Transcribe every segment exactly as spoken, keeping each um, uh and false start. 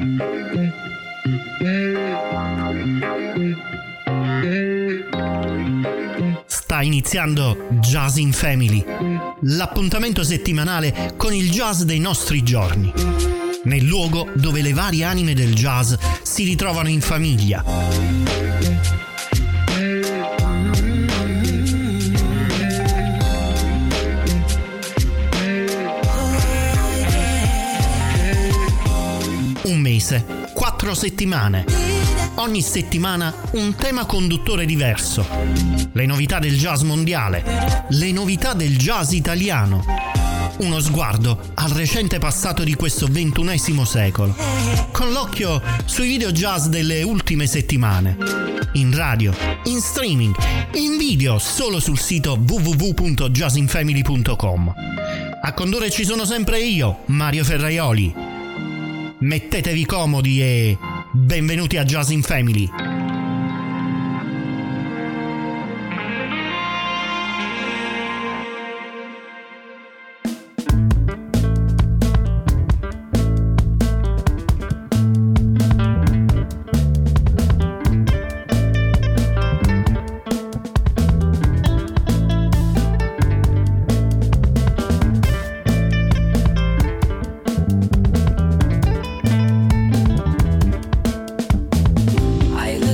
Sta iniziando Jazz in Family, l'appuntamento settimanale con il jazz dei nostri giorni, nel luogo dove le varie anime del jazz si ritrovano in famiglia. Un mese, quattro settimane. Ogni settimana un tema conduttore diverso. Le novità del jazz mondiale, le novità del jazz italiano. Uno sguardo al recente passato di questo ventunesimo secolo, con l'occhio sui video jazz delle ultime settimane. In radio, in streaming, in video solo sul sito w w w punto jazz in family punto com. A condurre ci sono sempre io, Mario Ferraioli. Mettetevi comodi e benvenuti a Jazz in Family. I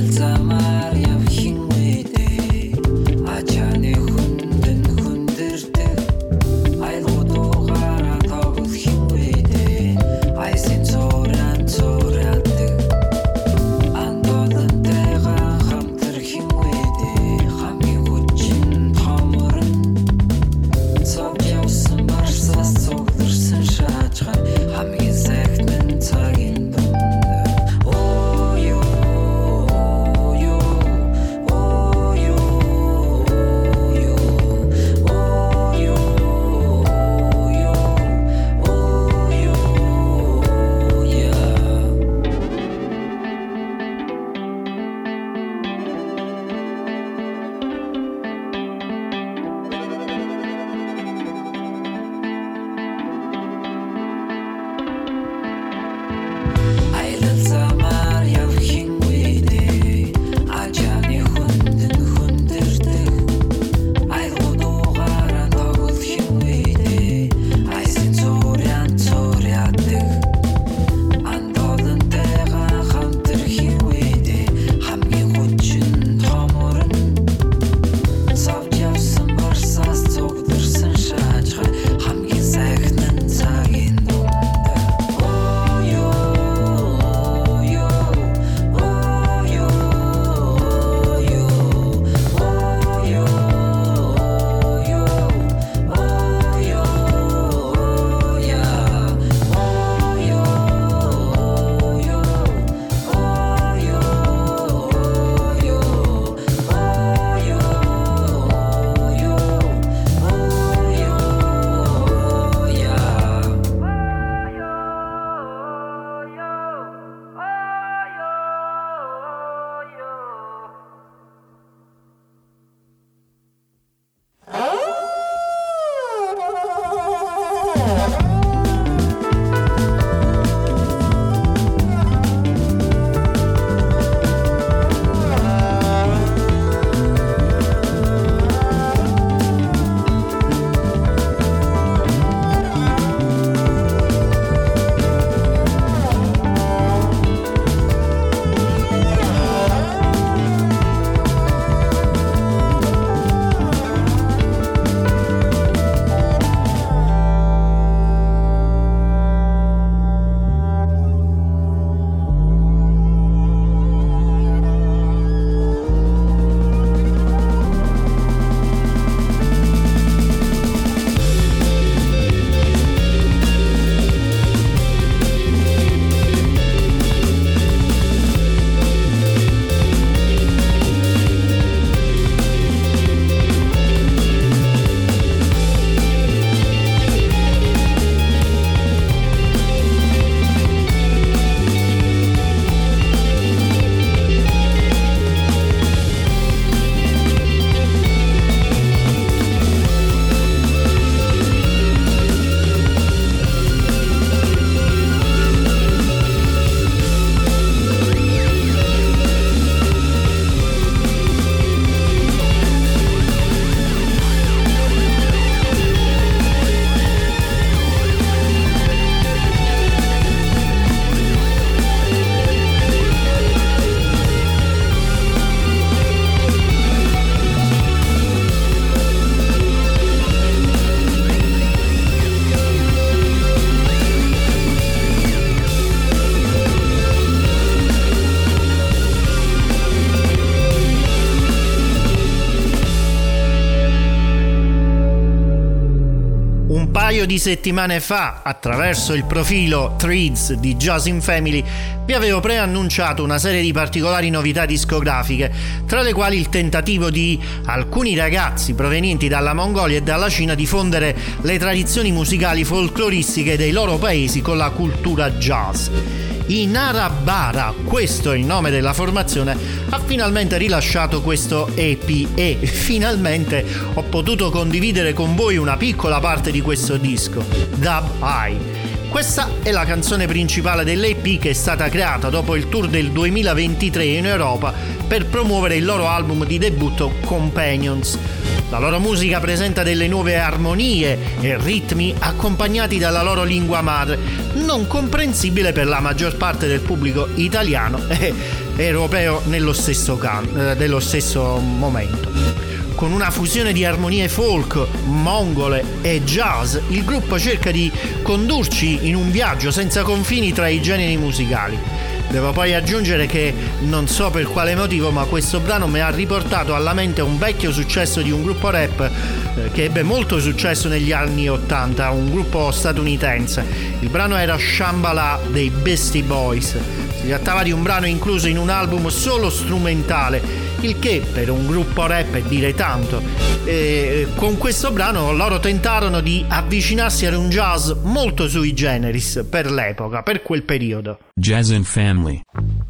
paio di settimane fa, attraverso il profilo Threads di Jazz in Family, vi avevo preannunciato una serie di particolari novità discografiche, tra le quali il tentativo di alcuni ragazzi provenienti dalla Mongolia e dalla Cina di fondere le tradizioni musicali folcloristiche dei loro paesi con la cultura jazz. I Nara Bara, questo è il nome della formazione, ha finalmente rilasciato questo E P e finalmente ho potuto condividere con voi una piccola parte di questo disco, Dub Eye. Questa è la canzone principale dell'E P che è stata creata dopo il tour del duemilaventitré in Europa per promuovere il loro album di debutto Companions. La loro musica presenta delle nuove armonie e ritmi accompagnati dalla loro lingua madre, non comprensibile per la maggior parte del pubblico italiano e europeo nello stesso, can- eh, dello stesso momento. Con una fusione di armonie folk, mongole e jazz, il gruppo cerca di condurci in un viaggio senza confini tra i generi musicali. Devo poi aggiungere che non so per quale motivo, ma questo brano mi ha riportato alla mente un vecchio successo di un gruppo rap eh, che ebbe molto successo negli anni ottanta, un gruppo statunitense. Il brano era Shambhala dei Beastie Boys. Si trattava di un brano incluso in un album solo strumentale, il che per un gruppo rap è dire tanto. E con questo brano loro tentarono di avvicinarsi ad un jazz molto sui generis per l'epoca, per quel periodo. Jazz in Family.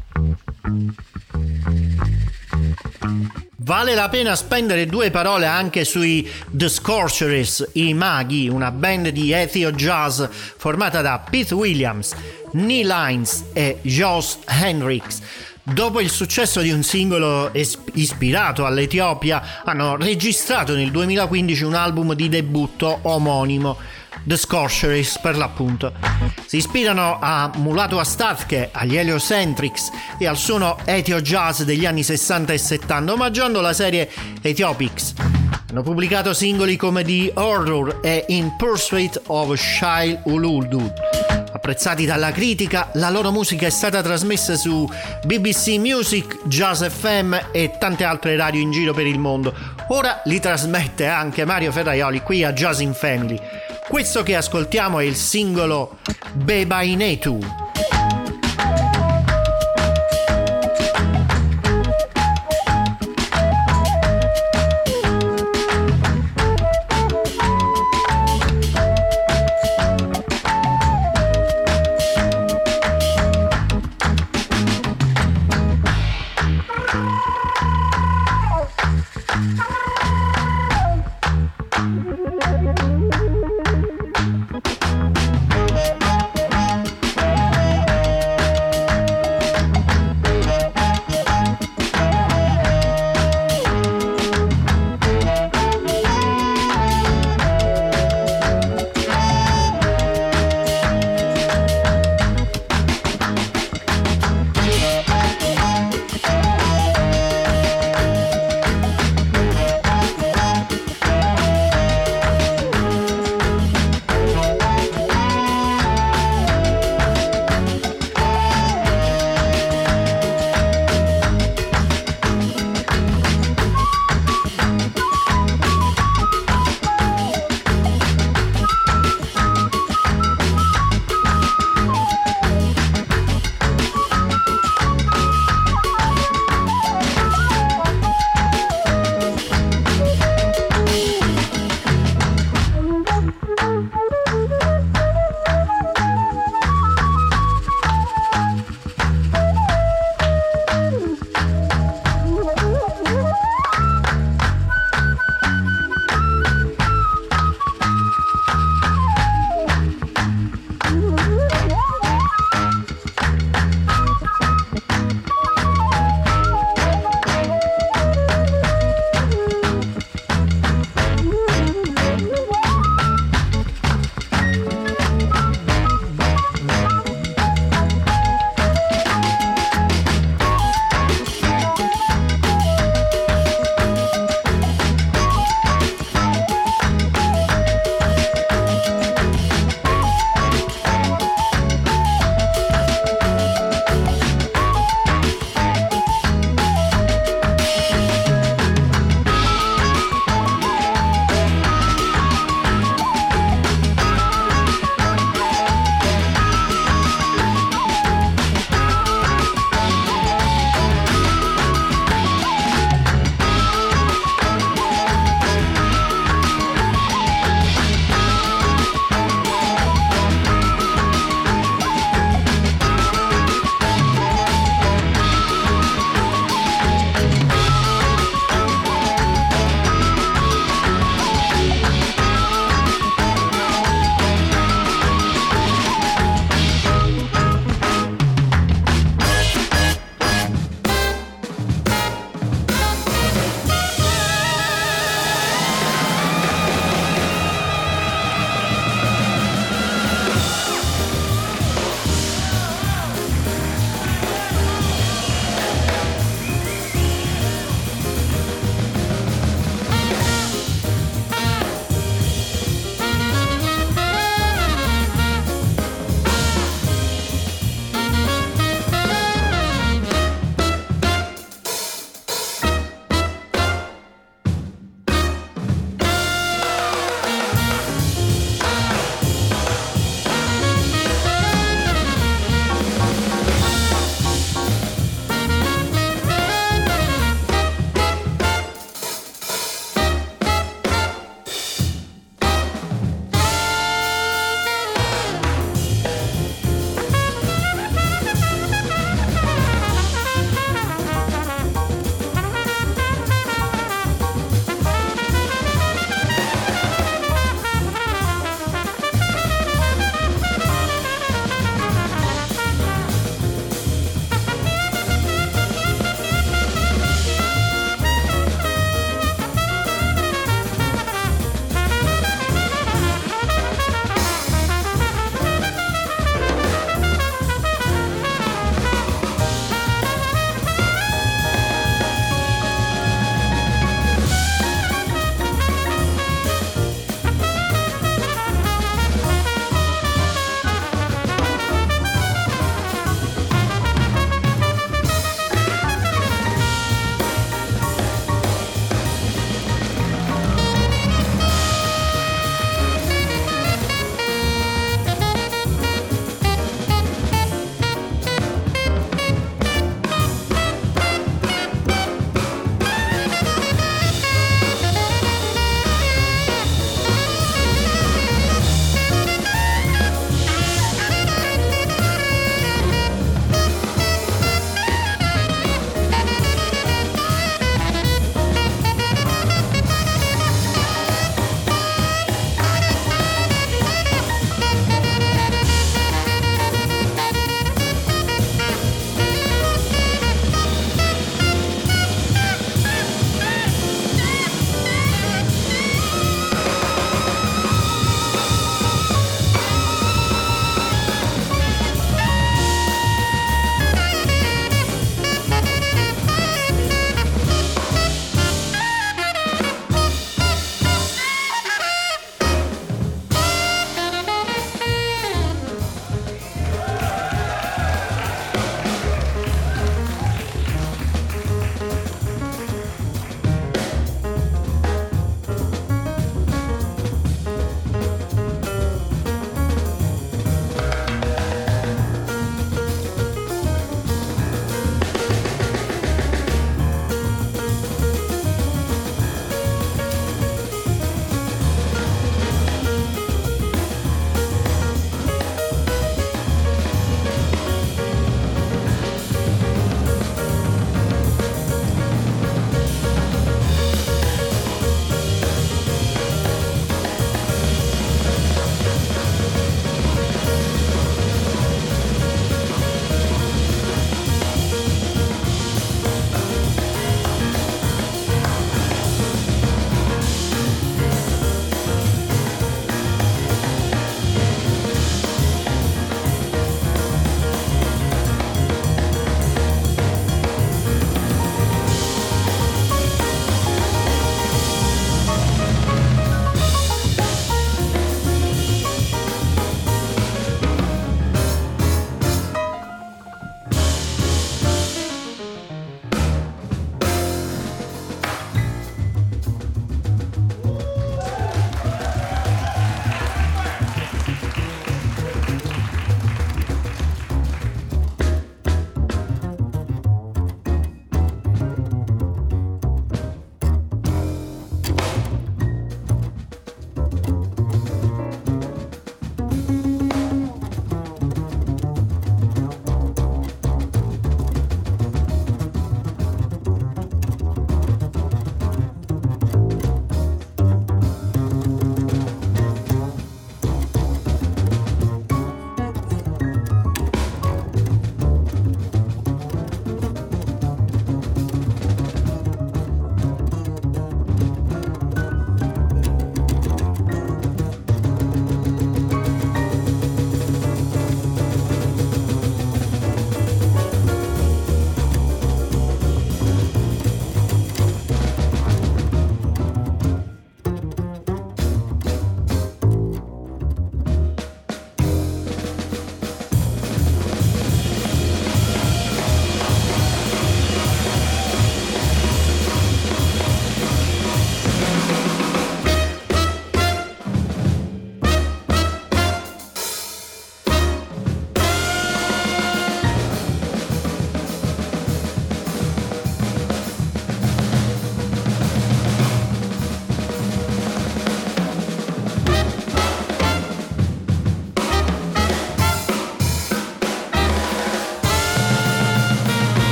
Vale la pena spendere due parole anche sui The Scorchers, i Maghi, una band di ethio jazz formata da Pete Williams, Neil Hines e Josh Hendricks. Dopo il successo di un singolo es- ispirato all'Etiopia, hanno registrato nel duemilaquindici un album di debutto omonimo, The Scorchers per l'appunto. Si ispirano a Mulatu Astatke, agli Heliocentrics e al suono ethio jazz degli anni sessanta e settanta, omaggiando la serie Ethiopics. Hanno pubblicato singoli come The Horror e In Pursuit of Shail Ululdu. Apprezzati dalla critica, la loro musica è stata trasmessa su B B C Music, Jazz F M e tante altre radio in giro per il mondo. Ora li trasmette anche Mario Ferraioli qui a Jazz in Family. Questo che ascoltiamo è il singolo Beba Inetu.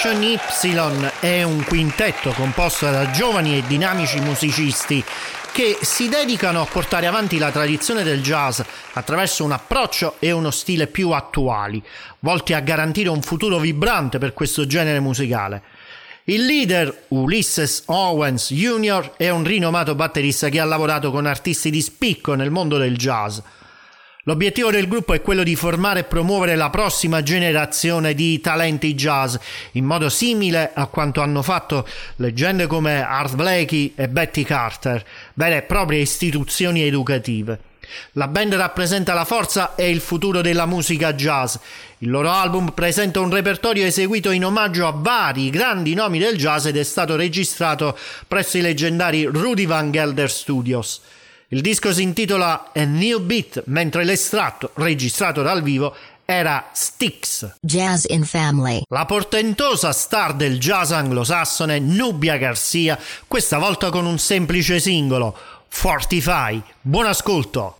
Generation Y è un quintetto composto da giovani e dinamici musicisti che si dedicano a portare avanti la tradizione del jazz attraverso un approccio e uno stile più attuali, volti a garantire un futuro vibrante per questo genere musicale. Il leader, Ulysses Owens junior, è un rinomato batterista che ha lavorato con artisti di spicco nel mondo del jazz. L'obiettivo del gruppo è quello di formare e promuovere la prossima generazione di talenti jazz, in modo simile a quanto hanno fatto leggende come Art Blakey e Betty Carter, vere e proprie istituzioni educative. La band rappresenta la forza e il futuro della musica jazz. Il loro album presenta un repertorio eseguito in omaggio a vari grandi nomi del jazz ed è stato registrato presso i leggendari Rudy Van Gelder Studios. Il disco si intitola A New Beat, mentre l'estratto registrato dal vivo era Sticks. Jazz in Family. La portentosa star del jazz anglosassone Nubia Garcia, questa volta con un semplice singolo, Fortify. Buon ascolto!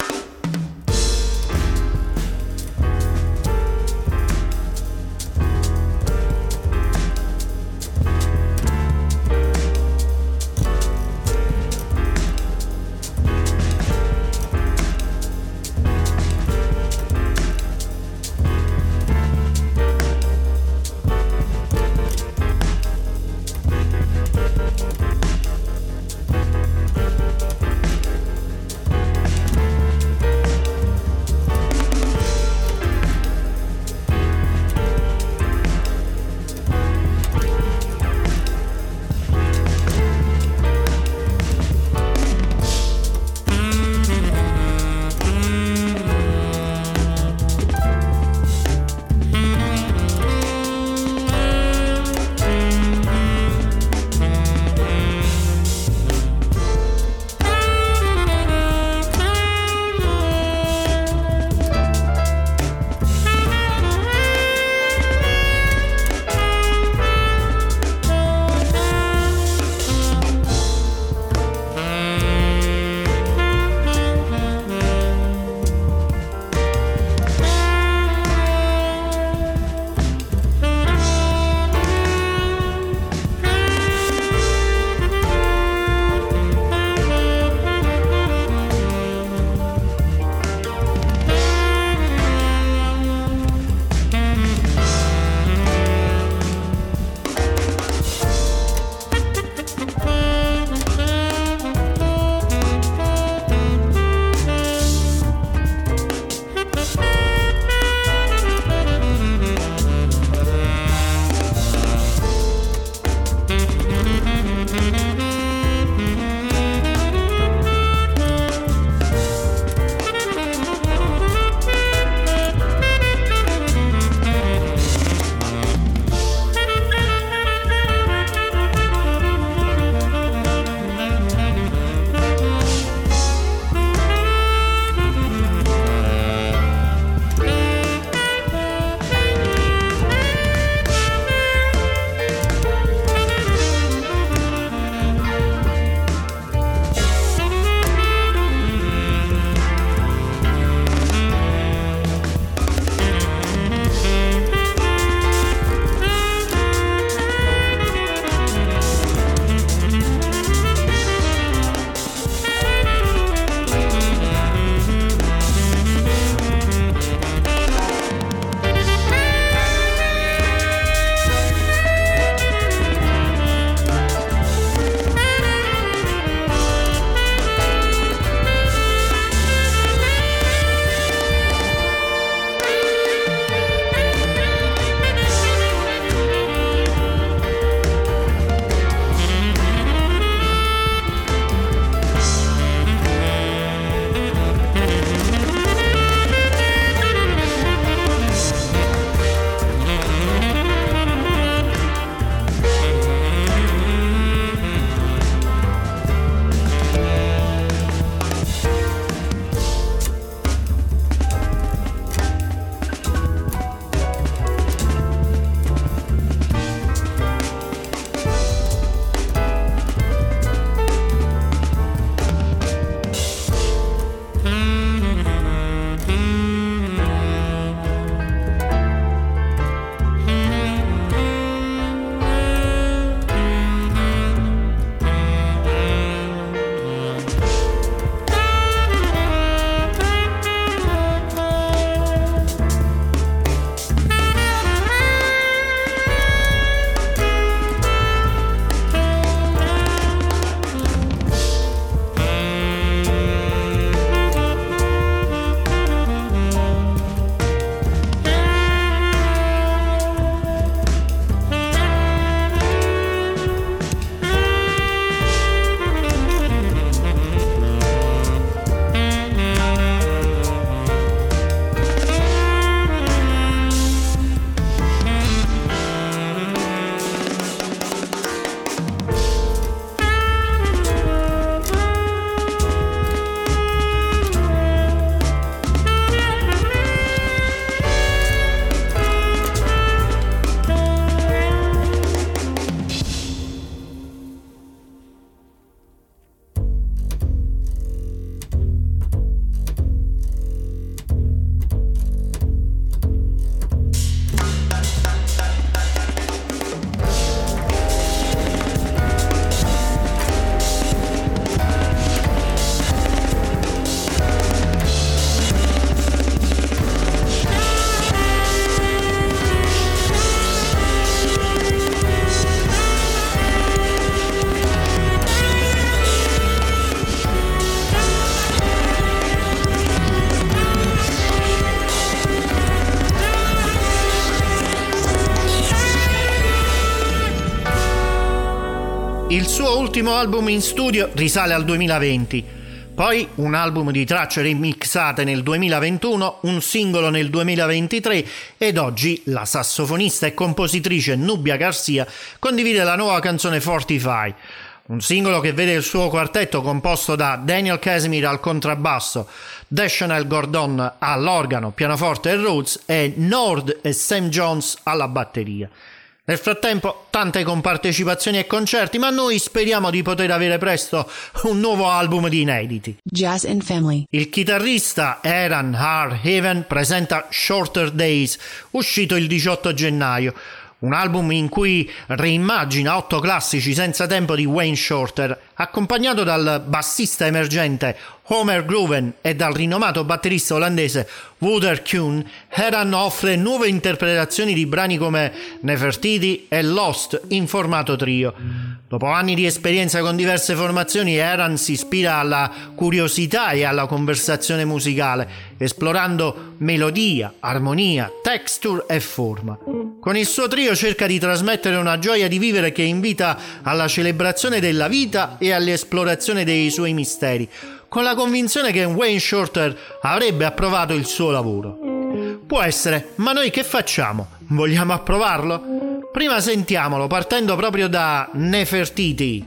ultimo album in studio risale al duemilaventi, poi un album di tracce remixate nel duemilaventuno, un singolo nel duemilaventitré ed oggi la sassofonista e compositrice Nubia Garcia condivide la nuova canzone Fortify, un singolo che vede il suo quartetto composto da Daniel Casimir al contrabbasso, Deschanel Gordon all'organo, pianoforte e Rhodes e Nord e Sam Jones alla batteria. Nel frattempo tante compartecipazioni e concerti, ma noi speriamo di poter avere presto un nuovo album di inediti. Jazz and Family. Il chitarrista Eran Harhaven presenta Shorter Days, uscito il diciotto gennaio, un album in cui reimmagina otto classici senza tempo di Wayne Shorter, accompagnato dal bassista emergente Homer Groven e dal rinomato batterista olandese Wouter Kuhn. Eran offre nuove interpretazioni di brani come Nefertiti e Lost in formato trio. Dopo anni di esperienza con diverse formazioni, Eran si ispira alla curiosità e alla conversazione musicale, esplorando melodia, armonia, texture e forma. Con il suo trio cerca di trasmettere una gioia di vivere che invita alla celebrazione della vita e all'esplorazione dei suoi misteri, con la convinzione che Wayne Shorter avrebbe approvato il suo lavoro. Può essere, ma noi che facciamo? Vogliamo approvarlo? Prima sentiamolo, partendo proprio da Nefertiti.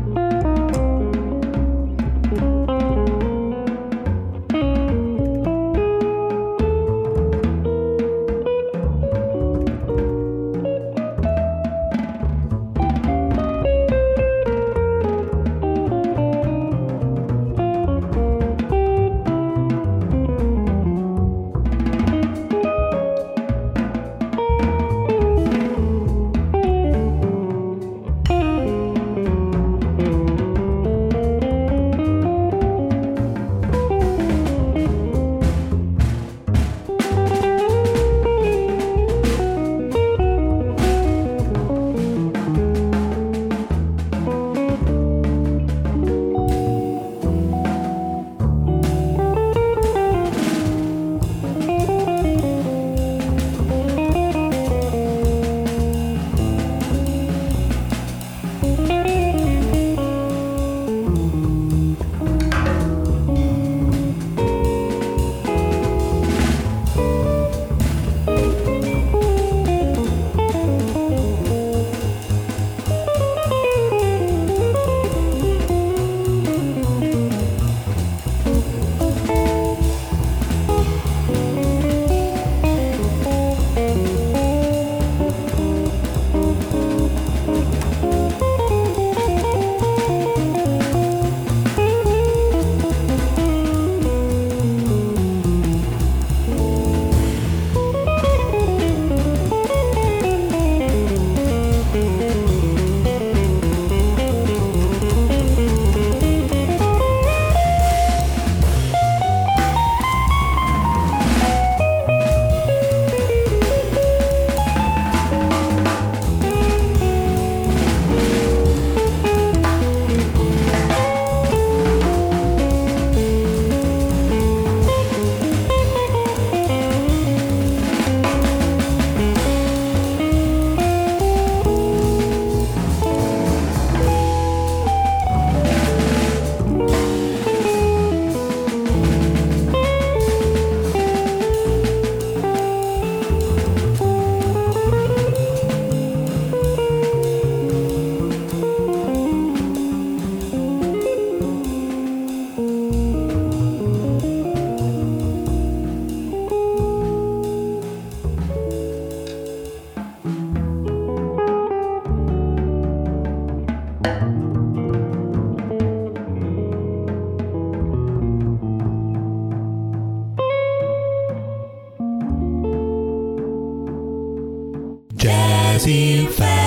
Jazzy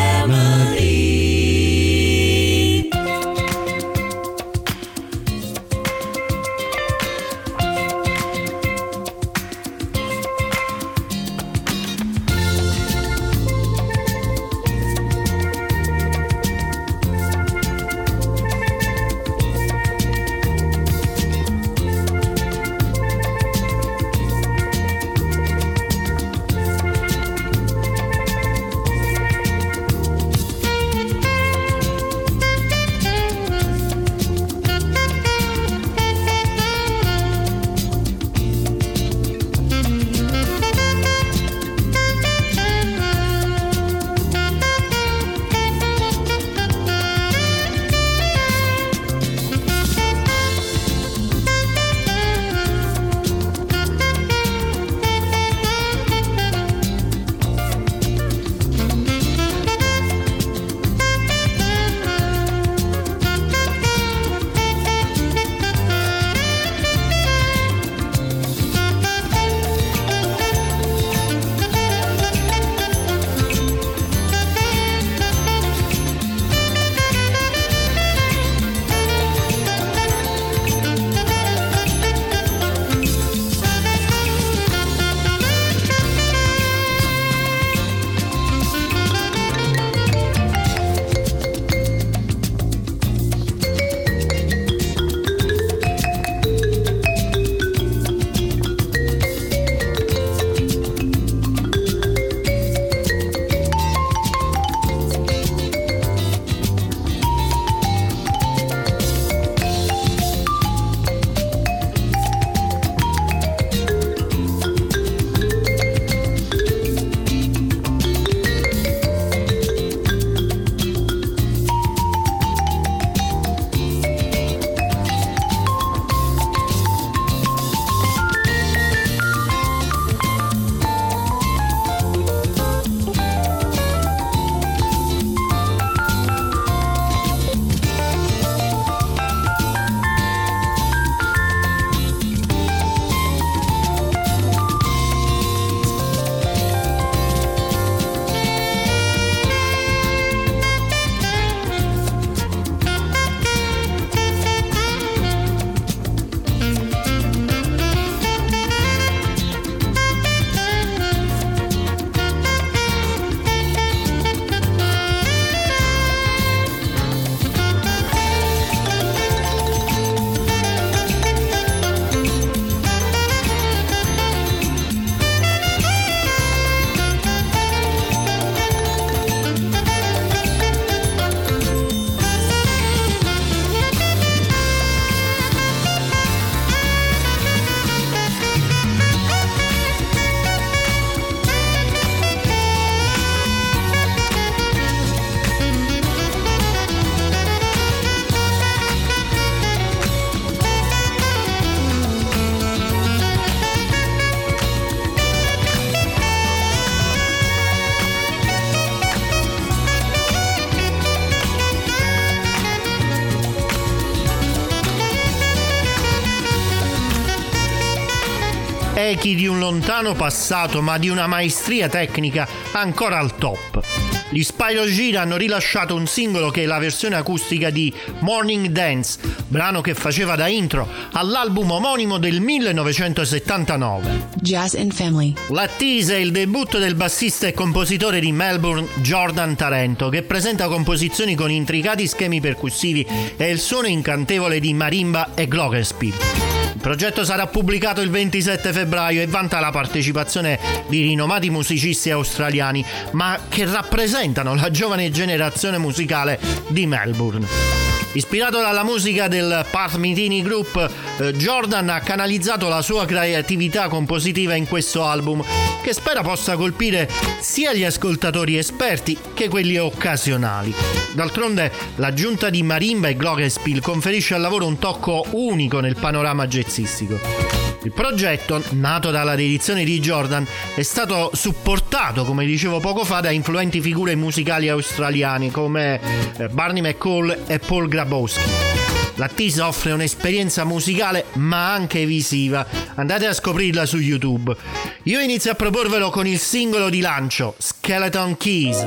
Family. echi di un lontano passato, ma di una maestria tecnica ancora al top. Gli Spyro Gyra hanno rilasciato un singolo che è la versione acustica di Morning Dance, brano che faceva da intro all'album omonimo del millenovecentosettantanove. Jazz and Family. L'attesa è il debutto del bassista e compositore di Melbourne Jordan Tarento, che presenta composizioni con intricati schemi percussivi e il suono incantevole di marimba e glockenspiel. Il progetto sarà pubblicato il ventisette febbraio e vanta la partecipazione di rinomati musicisti australiani, ma che rappresentano la giovane generazione musicale di Melbourne. Ispirato dalla musica del Pat Metheny Group, eh, Jordan ha canalizzato la sua creatività compositiva in questo album, che spera possa colpire sia gli ascoltatori esperti che quelli occasionali. D'altronde, l'aggiunta di marimba e glockenspiel conferisce al lavoro un tocco unico nel panorama jazzistico. Il progetto, nato dalla dedizione di Jordan, è stato supportato, come dicevo poco fa, da influenti figure musicali australiane come Barney McCall e Paul Grabowski. L'attesa offre un'esperienza musicale ma anche visiva. Andate a scoprirla su YouTube. Io inizio a proporvelo con il singolo di lancio, Skeleton Keys.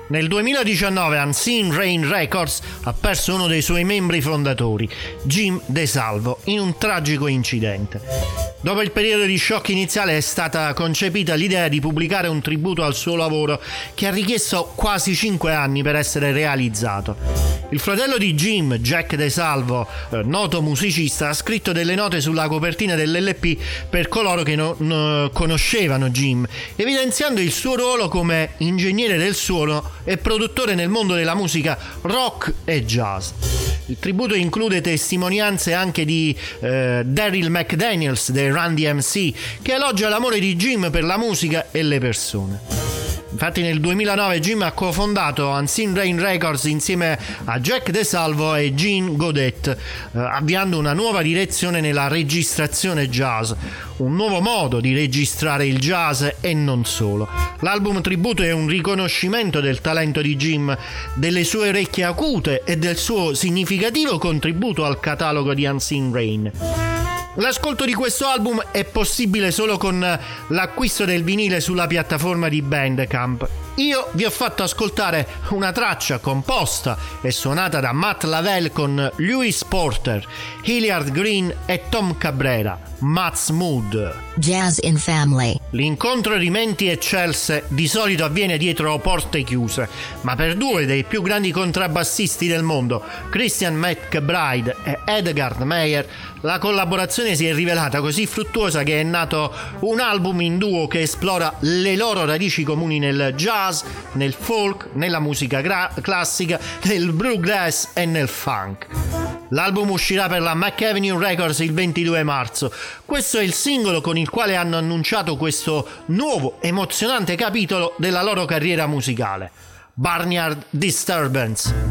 Nel duemiladiciannove Unseen Rain Records ha perso uno dei suoi membri fondatori, Jim DeSalvo, in un tragico incidente. Dopo il periodo di shock iniziale è stata concepita l'idea di pubblicare un tributo al suo lavoro che ha richiesto quasi cinque anni per essere realizzato. Il fratello di Jim, Jack DeSalvo, eh, noto musicista, ha scritto delle note sulla copertina dell'L P per coloro che non conoscevano Jim, evidenziando il suo ruolo come ingegnere del suono e produttore nel mondo della musica rock e jazz. Il tributo include testimonianze anche di eh, Daryl McDaniels dei Run D M C, che elogia l'amore di Jim per la musica e le persone. Infatti nel duemilanove Jim ha cofondato Unseen Rain Records insieme a Jack DeSalvo e Gene Godet, eh, avviando una nuova direzione nella registrazione jazz, un nuovo modo di registrare il jazz e non solo. L'album tributo è un riconoscimento del talento di Jim, delle sue orecchie acute e del suo significativo contributo al catalogo di Unseen Rain. L'ascolto di questo album è possibile solo con l'acquisto del vinile sulla piattaforma di Bandcamp. Io vi ho fatto ascoltare una traccia composta e suonata da Matt Lavelle con Lewis Porter, Hilliard Green e Tom Cabrera, Matt's Mood. Jazz in Family. L'incontro di menti eccelse di solito avviene dietro porte chiuse, ma per due dei più grandi contrabbassisti del mondo, Christian McBride e Edgar Meyer, la collaborazione si è rivelata così fruttuosa che è nato un album in duo che esplora le loro radici comuni nel jazz, nel folk, nella musica gra- classica, nel bluegrass e nel funk. L'album uscirà per la McAvenue Records il ventidue marzo. Questo è il singolo con il quale hanno annunciato questo nuovo emozionante capitolo della loro carriera musicale, Barnyard Disturbance.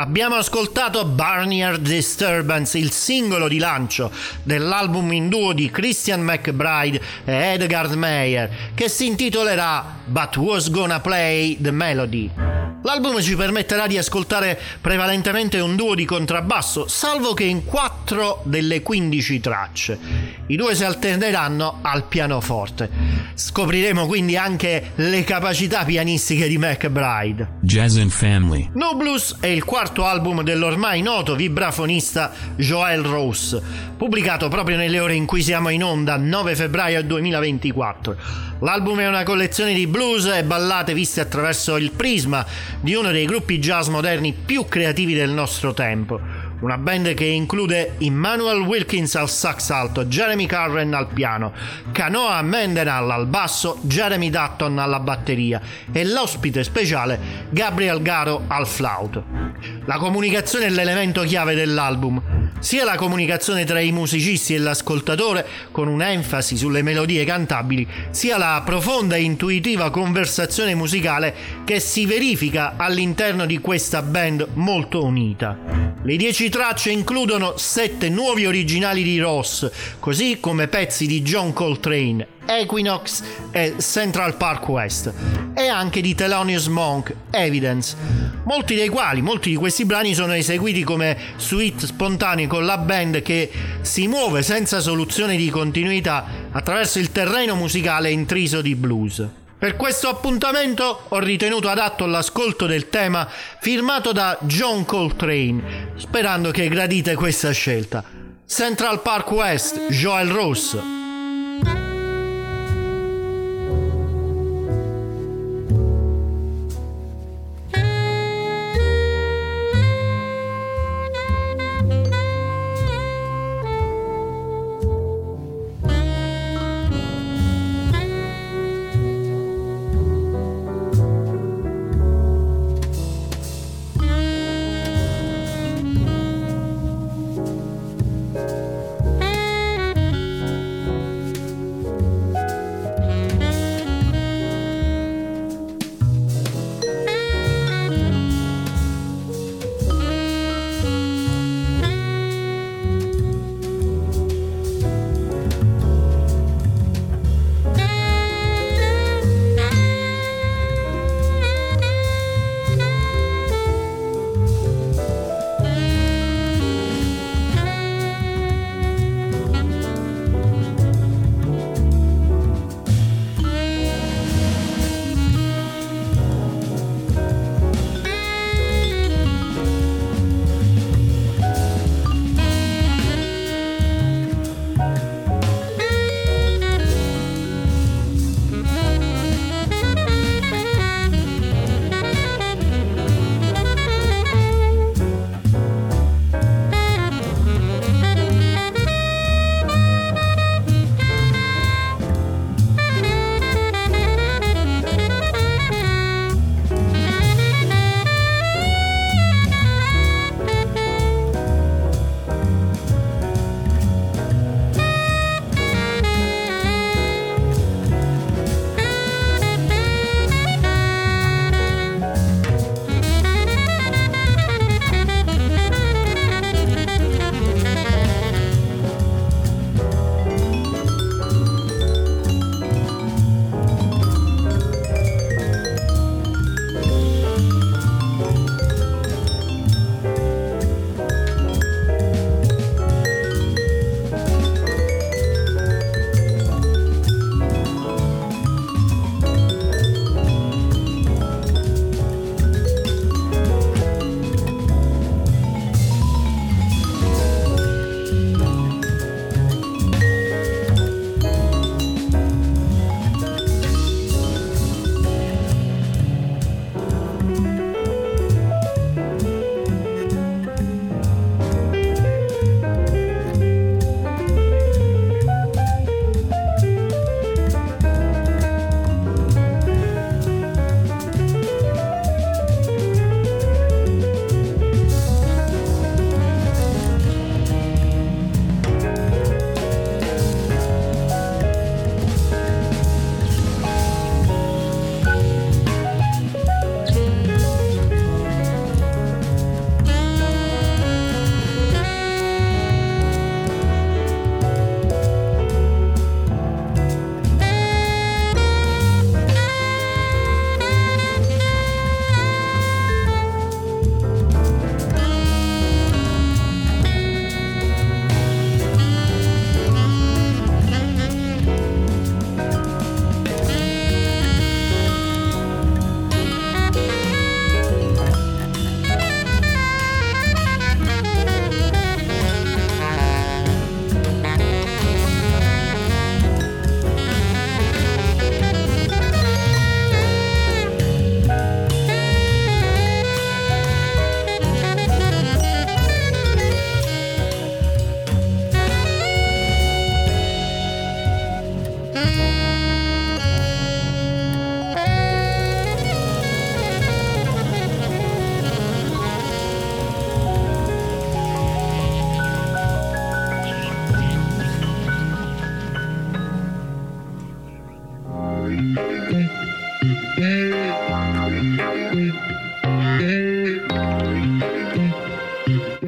Abbiamo ascoltato Barnyard Disturbance, il singolo di lancio dell'album in duo di Christian McBride e Edgar Meyer, che si intitolerà But Who's Gonna Play the Melody. L'album ci permetterà di ascoltare prevalentemente un duo di contrabbasso, salvo che in quattro delle quindici tracce i due si alterneranno al pianoforte. Scopriremo quindi anche le capacità pianistiche di McBride. Jazz and Family. No Blues è il quarto album dell'ormai noto vibrafonista Joel Rose, pubblicato proprio nelle ore in cui siamo in onda, nove febbraio duemilaventiquattro. L'album è una collezione di blues e ballate viste attraverso il prisma di uno dei gruppi jazz moderni più creativi del nostro tempo. Una band che include Immanuel Wilkins al sax alto, Jeremy Carren al piano, Kanoa Mendenhall al basso, Jeremy Dutton alla batteria e l'ospite speciale Gabriel Garo al flauto. La comunicazione è l'elemento chiave dell'album, sia la comunicazione tra i musicisti e l'ascoltatore con un'enfasi sulle melodie cantabili, sia la profonda e intuitiva conversazione musicale che si verifica all'interno di questa band molto unita. Le dieci tracce includono sette nuovi originali di Ross, così come pezzi di John Coltrane, Equinox e Central Park West, e anche di Thelonious Monk, Evidence, molti dei quali, molti di questi brani sono eseguiti come suite spontanee con la band che si muove senza soluzione di continuità attraverso il terreno musicale intriso di blues. Per questo appuntamento ho ritenuto adatto l'ascolto del tema firmato da John Coltrane, sperando che gradite questa scelta. Central Park West, Joel Rose.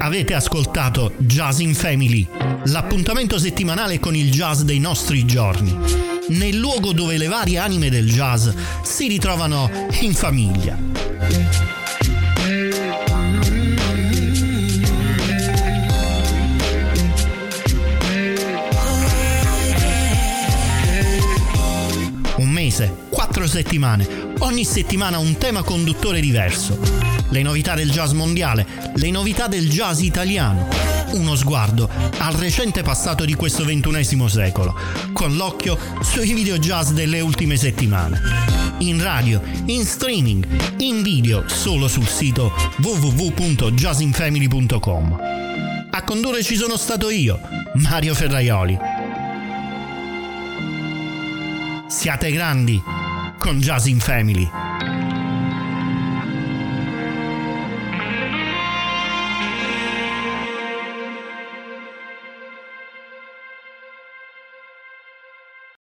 Avete ascoltato Jazz in Family, l'appuntamento settimanale con il jazz dei nostri giorni, nel luogo dove le varie anime del jazz si ritrovano in famiglia. Un mese, quattro settimane, ogni settimana un tema conduttore diverso. Le novità del jazz mondiale, le novità del jazz italiano. Uno sguardo al recente passato di questo ventunesimo secolo, con l'occhio sui video jazz delle ultime settimane. In radio, in streaming, in video, solo sul sito w w w punto jazz in family punto com. A condurre ci sono stato io, Mario Ferraioli. Siate grandi con Jazz in Family.